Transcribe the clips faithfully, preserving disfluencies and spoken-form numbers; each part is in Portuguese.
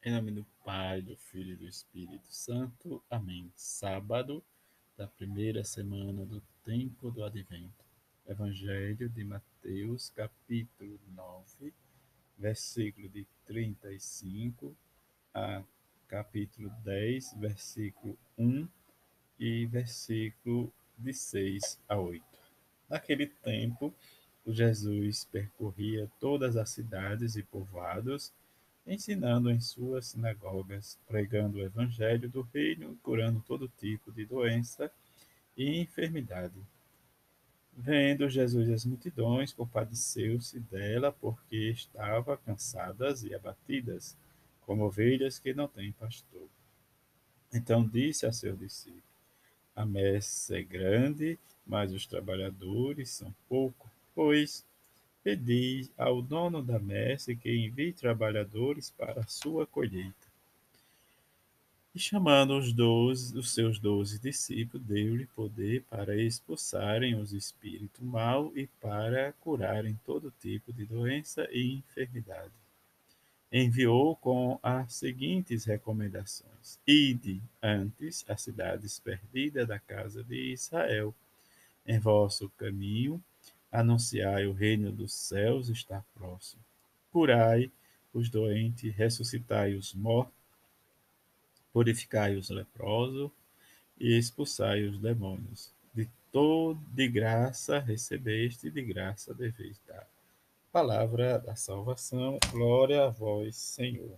Em nome do Pai, do Filho e do Espírito Santo. Amém. Sábado da primeira semana do tempo do Advento. Evangelho de Mateus, capítulo nove, versículo de trinta e cinco a capítulo dez, versículo um e versículo de seis a oito. Naquele tempo, o Jesus percorria todas as cidades e povoados, ensinando em suas sinagogas, pregando o evangelho do reino e curando todo tipo de doença e enfermidade. Vendo Jesus as multidões, compadeceu-se dela, porque estavam cansadas e abatidas, como ovelhas que não têm pastor. Então disse a seus discípulos: A messe é grande, mas os trabalhadores são poucos. Pois pedi ao dono da messe que envie trabalhadores para a sua colheita. E chamando os doze, os seus doze discípulos, deu-lhe poder para expulsarem os espíritos maus e para curarem todo tipo de doença e enfermidade. Enviou com as seguintes recomendações: Ide antes às cidades perdidas da casa de Israel. Em vosso caminho, anunciai o reino dos céus está próximo. Curai os doentes, ressuscitai os mortos, purificai os leprosos e expulsai os demônios. De toda de graça recebeste, de graça deveis dar. Palavra da salvação, glória a vós, Senhor.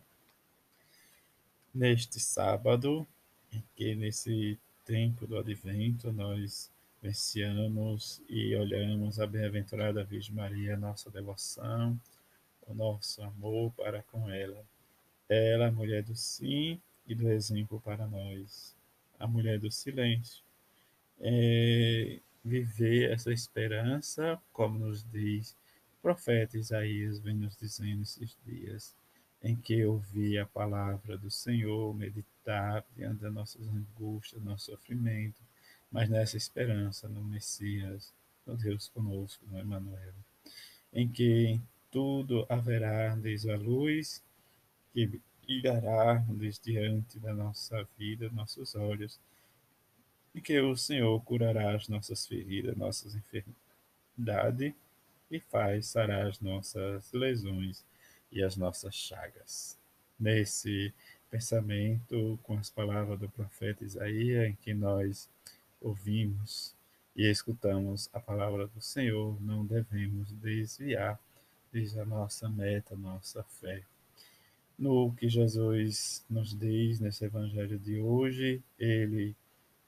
Neste sábado, em que nesse tempo do Advento nós mencionamos e olhamos a bem-aventurada Virgem Maria, nossa devoção, o nosso amor para com ela. Ela, a mulher do sim e do exemplo para nós, a mulher do silêncio. É viver essa esperança, como nos diz o profeta Isaías, vem nos dizendo esses dias, em que ouvir a palavra do Senhor, meditar diante das nossas angústias, nosso sofrimento, mas nessa esperança no Messias, no Deus conosco, no Emmanuel, em que em tudo haverá, diz a luz, que brilhará diante da nossa vida, nossos olhos, e que o Senhor curará as nossas feridas, nossas enfermidades, e faz sarar as nossas lesões e as nossas chagas. Nesse pensamento, com as palavras do profeta Isaías, em que nós ouvimos e escutamos a palavra do Senhor, não devemos desviar de a nossa meta, nossa fé. No que Jesus nos diz nesse evangelho de hoje, ele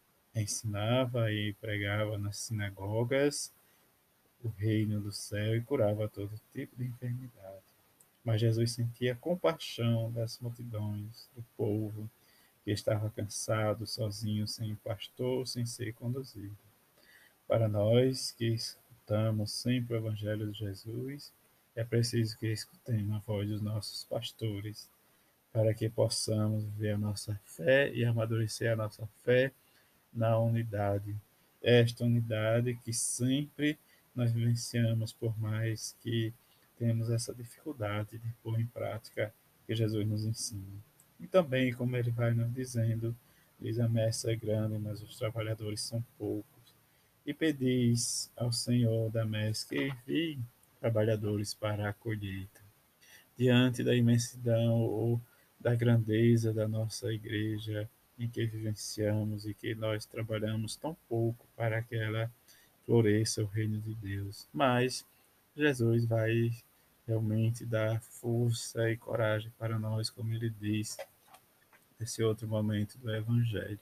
ensinava e pregava nas sinagogas o reino do céu e curava todo tipo de enfermidade. Mas Jesus sentia compaixão das multidões, do povo que estava cansado, sozinho, sem pastor, sem ser conduzido. Para nós que escutamos sempre o Evangelho de Jesus, é preciso que escutemos a voz dos nossos pastores, para que possamos viver a nossa fé e amadurecer a nossa fé na unidade. Esta unidade que sempre nós vivenciamos, por mais que temos essa dificuldade de pôr em prática que Jesus nos ensina. E também, como ele vai nos dizendo, diz a messe é grande, mas os trabalhadores são poucos. E pedis ao Senhor da messe que envie trabalhadores para a colheita. Diante da imensidão ou da grandeza da nossa igreja, em que vivenciamos e que nós trabalhamos tão pouco para que ela floresça o reino de Deus. Mas Jesus vai realmente dar força e coragem para nós, como ele diz nesse outro momento do Evangelho.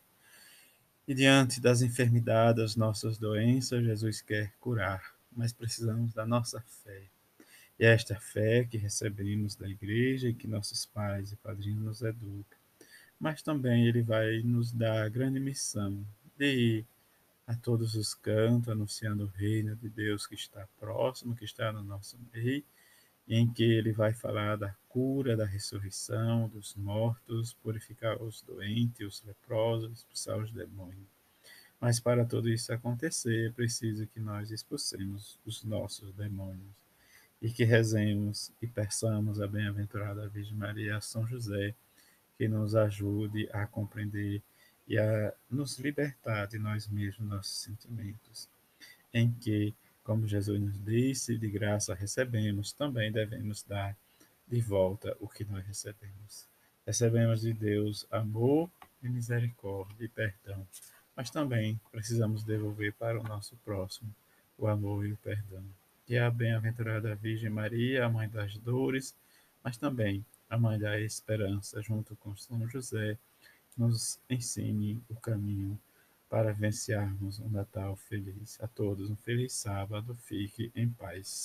E diante das enfermidades, das nossas doenças, Jesus quer curar, mas precisamos da nossa fé. E é esta fé que recebemos da igreja e que nossos pais e padrinhos nos educam. Mas também ele vai nos dar a grande missão de ir a todos os cantos, anunciando o reino de Deus que está próximo, que está no nosso meio, em que ele vai falar da cura, da ressurreição dos mortos, purificar os doentes, os leprosos, expulsar os demônios. Mas para tudo isso acontecer, é preciso que nós expulsemos os nossos demônios e que rezemos e peçamos a bem-aventurada Virgem Maria a São José que nos ajude a compreender e a nos libertar de nós mesmos, nossos sentimentos, em que, como Jesus nos disse, de graça recebemos, também devemos dar de volta o que nós recebemos. Recebemos de Deus amor e misericórdia e perdão, mas também precisamos devolver para o nosso próximo o amor e o perdão. Que a bem-aventurada Virgem Maria, a mãe das dores, mas também a mãe da esperança, junto com São José, nos ensine o caminho para vencermos um Natal feliz. A todos um feliz sábado. Fique em paz.